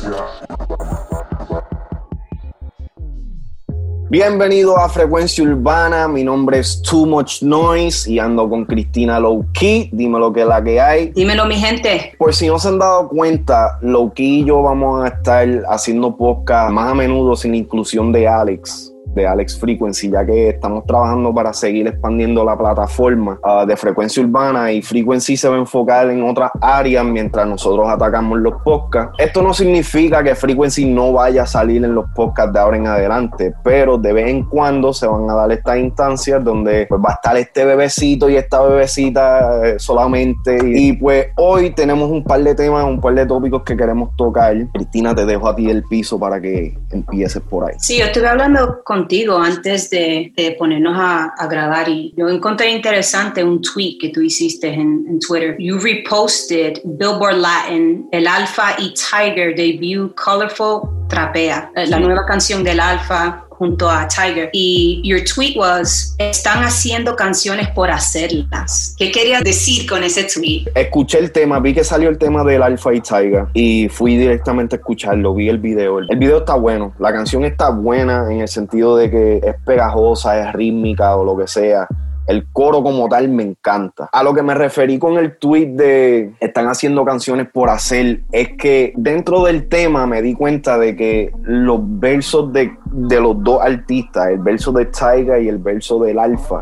Bienvenido a Frecuencia Urbana, mi nombre es Too Much Noise y ando con Cristina Low Key. Dime lo que es la que hay. Dímelo, mi gente. Por si no se han dado cuenta, Low Key y yo vamos a estar haciendo podcast más a menudo sin inclusión de Alex Frequency, ya que estamos trabajando para seguir expandiendo la plataforma de Frecuencia Urbana, y Frequency se va a enfocar en otras áreas mientras nosotros atacamos los podcasts. Esto no significa que Frequency no vaya a salir en los podcasts de ahora en adelante, pero de vez en cuando se van a dar estas instancias donde pues va a estar este bebecito y esta bebecita solamente, y pues hoy tenemos un par de temas, un par de tópicos que queremos tocar. Cristina, te dejo a ti el piso para que empieces por ahí. Sí, yo estuve hablando contigo antes de ponernos a grabar, y yo encontré interesante un tweet que tú hiciste en Twitter. You reposted Billboard Latin, el Alfa y Tiger debut Colorful Trapea, la nueva canción del Alfa junto a Tiger, y your tweet was: están haciendo canciones por hacerlas. ¿Qué querías decir con ese tweet? Escuché el tema, vi que salió el tema del Alfa y Tiger y fui directamente a escucharlo, vi el video. El video está bueno, la canción está buena en el sentido de que es pegajosa, es rítmica o lo que sea. El coro como tal me encanta. A lo que me referí con el tweet de están haciendo canciones por hacer, es que dentro del tema me di cuenta de que los versos de los dos artistas, el verso de Tiger y el verso del Alfa,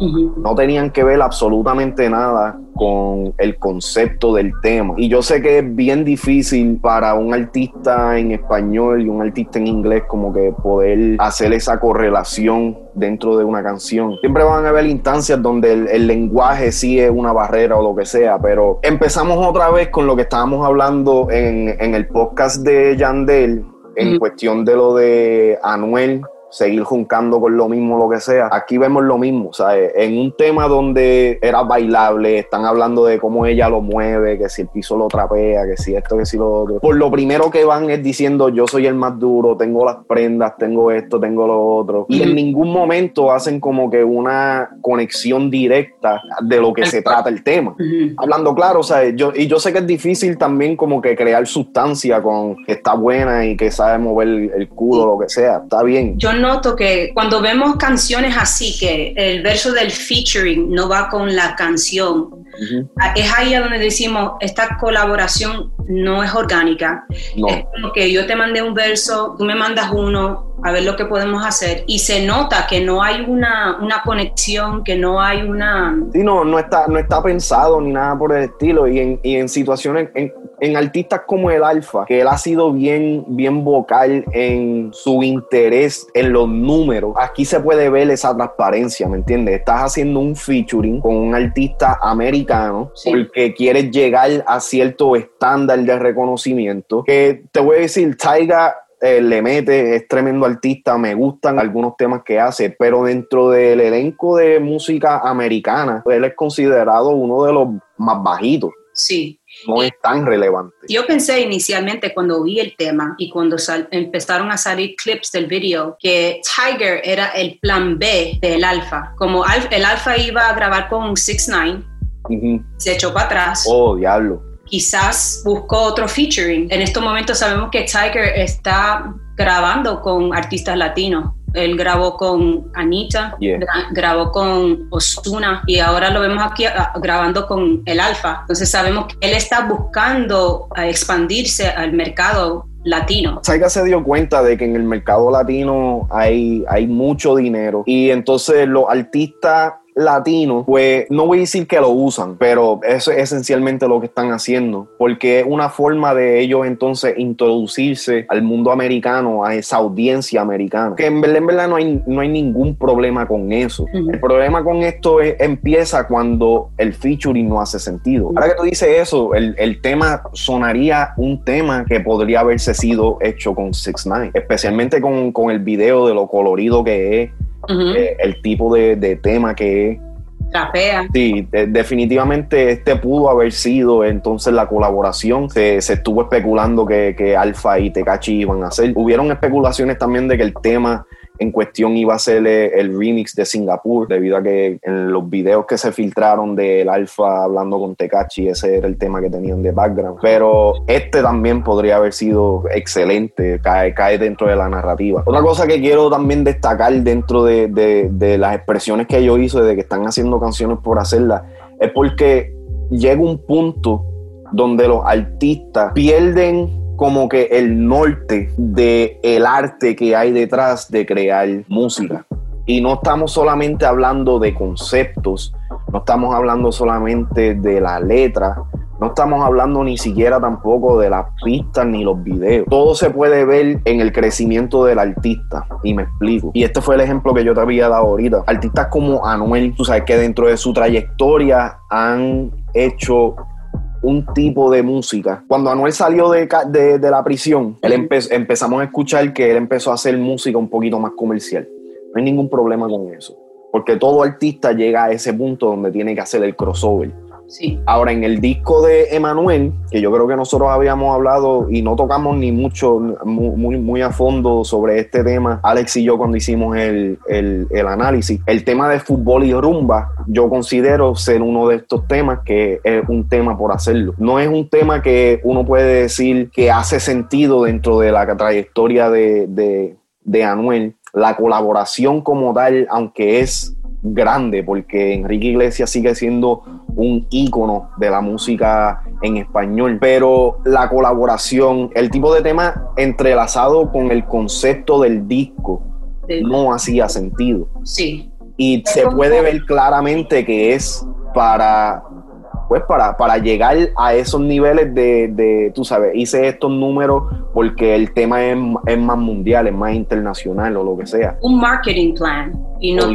no tenían que ver absolutamente nada con el concepto del tema. Y yo sé que es bien difícil para un artista en español y un artista en inglés como que poder hacer esa correlación dentro de una canción. Siempre van a haber instancias donde el lenguaje sí es una barrera o lo que sea, pero empezamos otra vez con lo que estábamos hablando en el podcast de Yandel, en cuestión de lo de Anuel, seguir juncando con lo mismo, lo que sea. Aquí vemos lo mismo, ¿sabes? En un tema donde era bailable, están hablando de cómo ella lo mueve, que si el piso lo trapea, que si esto, que si lo otro. Por lo primero que van es diciendo: yo soy el más duro, tengo las prendas, tengo esto, tengo lo otro. Y en ningún momento hacen como que una conexión directa de lo que se trata el tema. Hablando claro, ¿sabes? Yo sé que es difícil también como que crear sustancia con que está buena y que sabe mover el culo, lo que sea. Está bien. Yo noto que cuando vemos canciones así, que el verso del featuring no va con la canción, es ahí a donde decimos: esta colaboración no es orgánica. No. Es como que yo te mandé un verso, tú me mandas uno, a ver lo que podemos hacer, y se nota que no hay una conexión, que no hay una... Sí, no está pensado ni nada por el estilo, y en situaciones, en artistas como el Alfa, que él ha sido bien vocal en su interés en los números, aquí se puede ver esa transparencia, ¿me entiendes? Estás haciendo un featuring con un artista americano, sí, porque quieres llegar a cierto estándar de reconocimiento, que te voy a decir, Tyga le mete, es tremendo artista, me gustan algunos temas que hace, pero dentro del elenco de música americana, él es considerado uno de los más bajitos. Sí. No es tan relevante. Yo pensé inicialmente cuando vi el tema y cuando empezaron a salir clips del video que Tiger era el plan B del Alfa. Como el Alfa iba a grabar con 6ix9ine, se echó para atrás. Oh, diablo. Quizás buscó otro featuring. En estos momentos sabemos que Tiger está grabando con artistas latinos. Él grabó con Anita, grabó con Ozuna, y ahora lo vemos aquí grabando con el Alfa. Entonces sabemos que él está buscando expandirse al mercado latino. Tiger se dio cuenta de que en el mercado latino hay mucho dinero, y entonces los artistas latinos, pues no voy a decir que lo usan, pero eso es esencialmente lo que están haciendo, porque es una forma de ellos entonces introducirse al mundo americano, a esa audiencia americana, que en verdad no hay ningún problema con eso. El problema con esto empieza cuando el featuring no hace sentido. Ahora que tú dices eso, el tema sonaría un tema que podría haberse sido hecho con 6ix9ine, especialmente con el video de lo colorido que es. El tipo de tema que es. Trapea. Sí, definitivamente pudo haber sido entonces la colaboración. Se estuvo especulando que Alfa y Tekashi iban a hacer. Hubieron especulaciones también de que el tema en cuestión iba a ser el remix de Singapur, debido a que en los videos que se filtraron del Alfa hablando con Tekashi, ese era el tema que tenían de background. Pero este también podría haber sido excelente, cae dentro de la narrativa. Otra cosa que quiero también destacar dentro de las expresiones que ellos hizo, de que están haciendo canciones por hacerlas, es porque llega un punto donde los artistas pierden como que el norte del arte que hay detrás de crear música. Y no estamos solamente hablando de conceptos, no estamos hablando solamente de la letra, no estamos hablando ni siquiera tampoco de las pistas ni los videos. Todo se puede ver en el crecimiento del artista, y me explico. Y este fue el ejemplo que yo te había dado ahorita. Artistas como Anuel, tú sabes que dentro de su trayectoria han hecho un tipo de música. Cuando Anuel salió de la prisión, empezamos a escuchar que él empezó a hacer música un poquito más comercial. No hay ningún problema con eso, porque todo artista llega a ese punto donde tiene que hacer el crossover. Sí. Ahora, en el disco de Emanuel, que yo creo que nosotros habíamos hablado y no tocamos ni mucho, muy a fondo sobre este tema, Alex y yo, cuando hicimos el análisis, el tema de fútbol y rumba, yo considero ser uno de estos temas que es un tema por hacerlo. No es un tema que uno puede decir que hace sentido dentro de la trayectoria de Anuel. La colaboración como tal, aunque es grande, porque Enrique Iglesias sigue siendo un ícono de la música en español, pero la colaboración, el tipo de tema entrelazado con el concepto del disco, sí, no hacía sentido. Sí. Y se puede ver claramente que es para llegar a esos niveles de tú sabes, hice estos números porque el tema es más mundial, es más internacional o lo que sea. Un marketing plan y no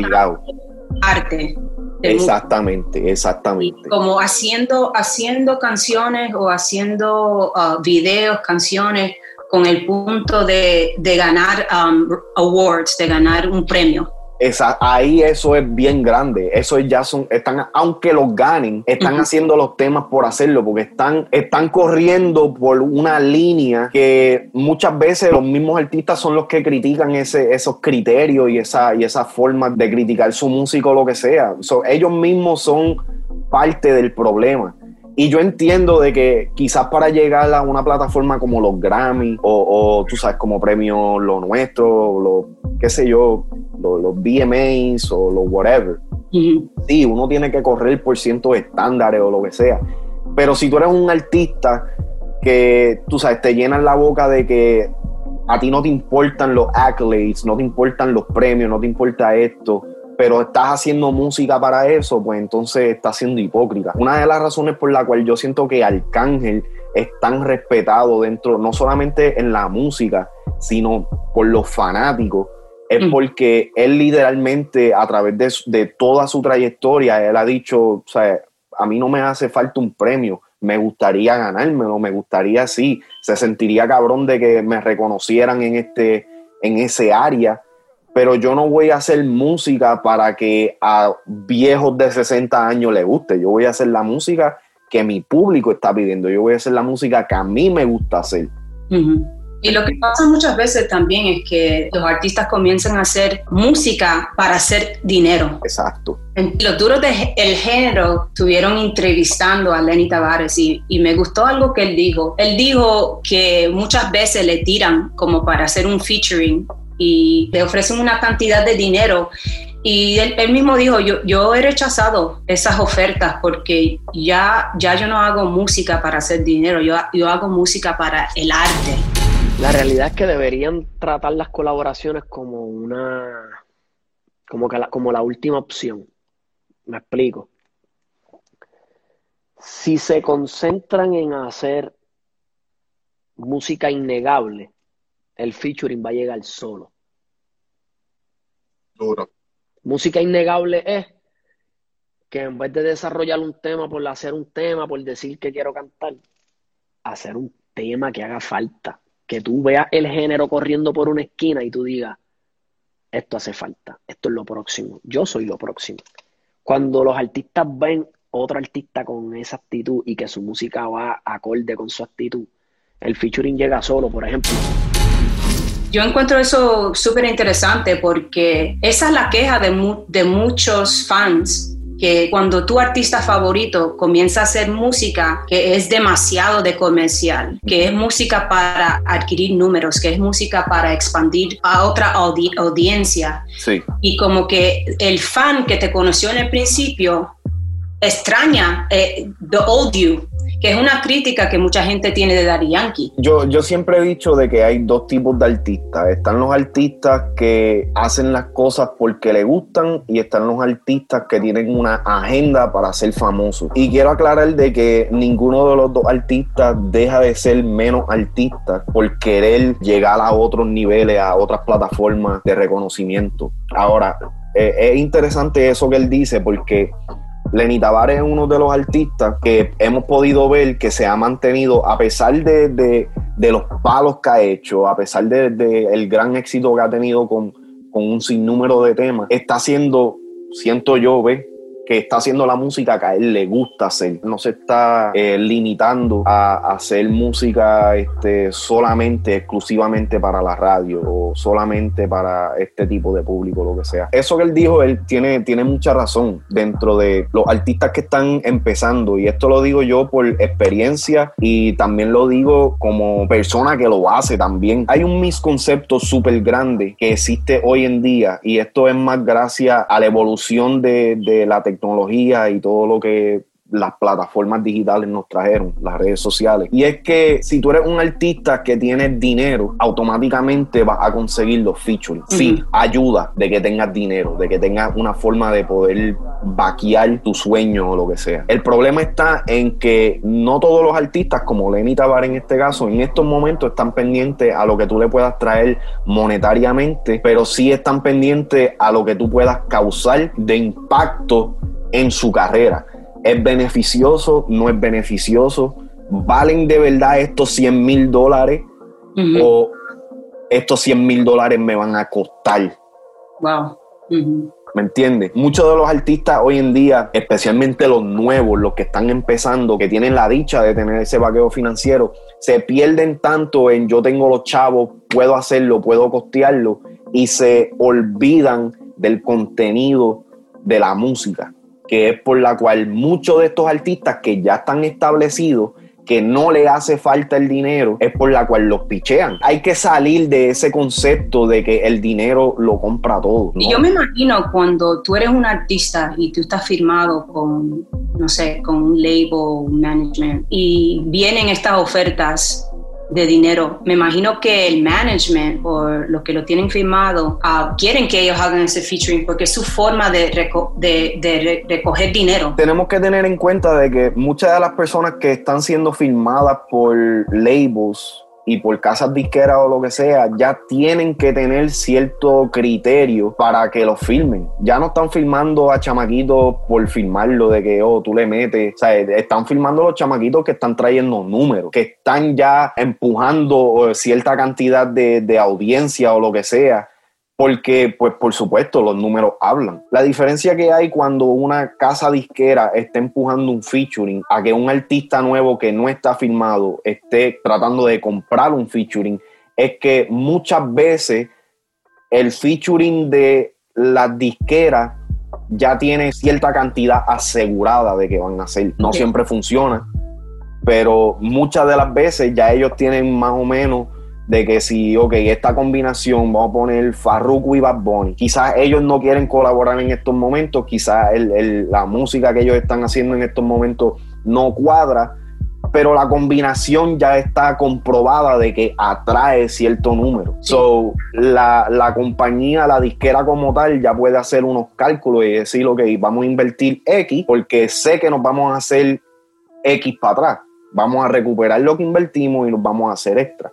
arte. Exactamente. Y como haciendo canciones o haciendo videos, canciones con el punto de ganar awards, de ganar un premio. Ahí eso es bien grande. Eso ya aunque los ganen, están haciendo los temas por hacerlo, porque están corriendo por una línea que muchas veces los mismos artistas son los que critican esos criterios y esa forma de criticar su música o lo que sea. Ellos mismos son parte del problema. Y yo entiendo de que quizás para llegar a una plataforma como los Grammy o tú sabes, como premio Lo Nuestro, qué sé yo, los VMAs o los whatever. Sí, uno tiene que correr por cientos estándares o lo que sea. Pero si tú eres un artista que, tú sabes, te llenan la boca de que a ti no te importan los accolades, no te importan los premios, no te importa esto, pero estás haciendo música para eso, pues entonces estás siendo hipócrita. Una de las razones por la cual yo siento que Arcángel es tan respetado dentro, no solamente en la música, sino por los fanáticos, es porque él literalmente, a través de toda su trayectoria, él ha dicho, o sea, a mí no me hace falta un premio, me gustaría ganármelo, me gustaría, sí, se sentiría cabrón de que me reconocieran en ese área, pero yo no voy a hacer música para que a viejos de 60 años les guste. Yo voy a hacer la música que mi público está pidiendo. Yo voy a hacer la música que a mí me gusta hacer. Y lo que pasa muchas veces también es que los artistas comienzan a hacer música para hacer dinero. Exacto. Los duros del género estuvieron entrevistando a Lenny Tavares y me gustó algo que él dijo. Él dijo que muchas veces le tiran como para hacer un featuring y le ofrecen una cantidad de dinero y él mismo dijo, yo he rechazado esas ofertas porque ya yo no hago música para hacer dinero, yo hago música para el arte. La realidad es que deberían tratar las colaboraciones como como la última opción. Me explico. Si se concentran en hacer música innegable, el featuring va a llegar solo. Duro. Música innegable es que en vez de desarrollar un tema por hacer un tema, por decir que quiero cantar, hacer un tema que haga falta. Que tú veas el género corriendo por una esquina y tú digas, esto hace falta, esto es lo próximo, yo soy lo próximo. Cuando los artistas ven otro artista con esa actitud y que su música va acorde con su actitud, el featuring llega solo. Por ejemplo, Yo encuentro eso súper interesante porque esa es la queja de muchos fans, que cuando tu artista favorito comienza a hacer música que es demasiado de comercial, que es música para adquirir números, que es música para expandir a otra audiencia. Sí. Y como que el fan que te conoció en el principio extraña the old you, que es una crítica que mucha gente tiene de Daddy Yankee. Yo siempre he dicho de que hay dos tipos de artistas. Están los artistas que hacen las cosas porque les gustan y están los artistas que tienen una agenda para ser famosos. Y quiero aclarar de que ninguno de los dos artistas deja de ser menos artista por querer llegar a otros niveles, a otras plataformas de reconocimiento. Ahora, es interesante eso que él dice porque Lenny Tavares es uno de los artistas que hemos podido ver que se ha mantenido a pesar de los palos que ha hecho, a pesar de el gran éxito que ha tenido con un sinnúmero de temas. Está haciendo, siento yo, que está haciendo la música que a él le gusta hacer. No se está limitando a hacer música solamente, exclusivamente para la radio o solamente para este tipo de público, lo que sea. Eso que él dijo, él tiene mucha razón dentro de los artistas que están empezando, y esto lo digo yo por experiencia y también lo digo como persona que lo hace también. Hay un misconcepto súper grande que existe hoy en día, y esto es más gracias a la evolución de la tecnología y todo lo que las plataformas digitales nos trajeron, las redes sociales. Y es que si tú eres un artista que tienes dinero, automáticamente vas a conseguir los featuring. Sí, ayuda de que tengas dinero, de que tengas una forma de poder vaquear tu sueño o lo que sea. El problema está en que no todos los artistas, como Lenny Tavares en este caso, en estos momentos están pendientes a lo que tú le puedas traer monetariamente, pero sí están pendientes a lo que tú puedas causar de impacto en su carrera. ¿Es beneficioso? ¿No es beneficioso? ¿Valen de verdad estos $100,000? ¿O estos $100,000 me van a costar? Wow. ¿Me entiendes? Muchos de los artistas hoy en día, especialmente los nuevos, los que están empezando, que tienen la dicha de tener ese vaqueo financiero, se pierden tanto en yo tengo los chavos, puedo hacerlo, puedo costearlo, y se olvidan del contenido de la música, que es por la cual muchos de estos artistas que ya están establecidos, que no le hace falta el dinero, es por la cual los pichean. Hay que salir de ese concepto de que el dinero lo compra todo, ¿no? Y yo me imagino cuando tú eres un artista y tú estás firmado con, no sé, con un label, un management, y vienen estas ofertas de dinero, me imagino que el management o los que lo tienen firmado quieren que ellos hagan ese featuring porque es su forma de recoger dinero. Tenemos que tener en cuenta de que muchas de las personas que están siendo firmadas por labels y por casas disqueras o lo que sea, ya tienen que tener cierto criterio para que los filmen. Ya no están filmando a chamaquitos por filmarlo, de que tú le metes. O sea, están filmando a los chamaquitos que están trayendo números, que están ya empujando cierta cantidad de audiencia o lo que sea. Porque, pues, por supuesto, los números hablan. La diferencia que hay cuando una casa disquera está empujando un featuring a que un artista nuevo que no está firmado esté tratando de comprar un featuring es que muchas veces el featuring de las disqueras ya tiene cierta cantidad asegurada de que van a hacer. No siempre funciona, pero muchas de las veces ya ellos tienen más o menos de que si, esta combinación, vamos a poner Farruko y Bad Bunny, quizás ellos no quieren colaborar en estos momentos, quizás la música que ellos están haciendo en estos momentos no cuadra, pero la combinación ya está comprobada de que atrae cierto número. Sí. So, la compañía, la disquera como tal, ya puede hacer unos cálculos y decir, vamos a invertir X, porque sé que nos vamos a hacer X para atrás. Vamos a recuperar lo que invertimos y nos vamos a hacer extra.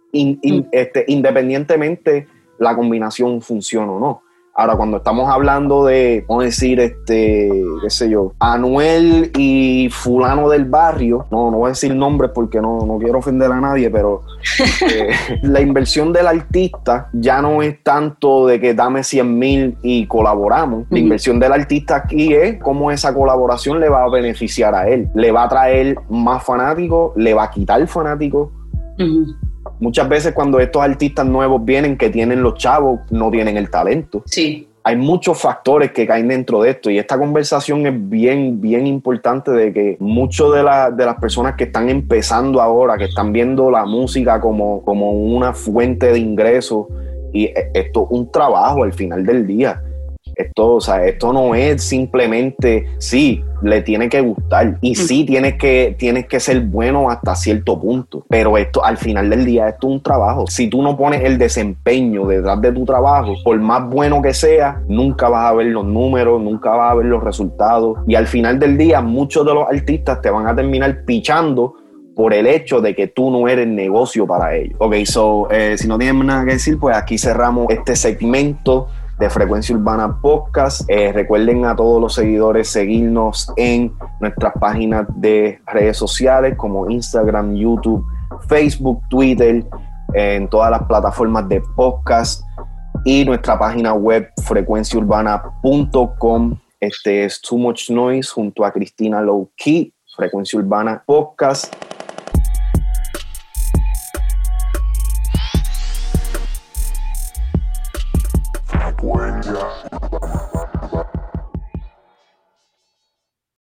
Independientemente la combinación funcione o no. Ahora, cuando estamos hablando de, vamos a decir, qué sé yo, Anuel y fulano del barrio, no voy a decir nombres porque no quiero ofender a nadie, pero la inversión del artista ya no es tanto de que dame 100,000 y colaboramos. La inversión del artista aquí es cómo esa colaboración le va a beneficiar a él. Le va a traer más fanáticos, le va a quitar fanáticos. Muchas veces cuando estos artistas nuevos vienen, que tienen los chavos, no tienen el talento. Sí. Hay muchos factores que caen dentro de esto y esta conversación es bien, bien importante, de que muchas de las personas que están empezando ahora, que están viendo la música como una fuente de ingresos, y esto es un trabajo al final del día. Esto no es simplemente, sí, le tiene que gustar y sí, tienes que ser bueno hasta cierto punto, pero esto al final del día esto es un trabajo. Si tú no pones el desempeño detrás de tu trabajo, por más bueno que sea, nunca vas a ver los números, nunca vas a ver los resultados, y al final del día muchos de los artistas te van a terminar pichando por el hecho de que tú no eres negocio para ellos. Ok, si no tienen nada que decir, pues aquí cerramos este segmento de Frecuencia Urbana Podcast. Recuerden a todos los seguidores seguirnos en nuestras páginas de redes sociales como Instagram, YouTube, Facebook, Twitter, en todas las plataformas de podcast, y nuestra página web frecuenciaurbana.com. Este es Too Much Noise junto a Cristina Low Key, Frecuencia Urbana Podcast. Frecuencia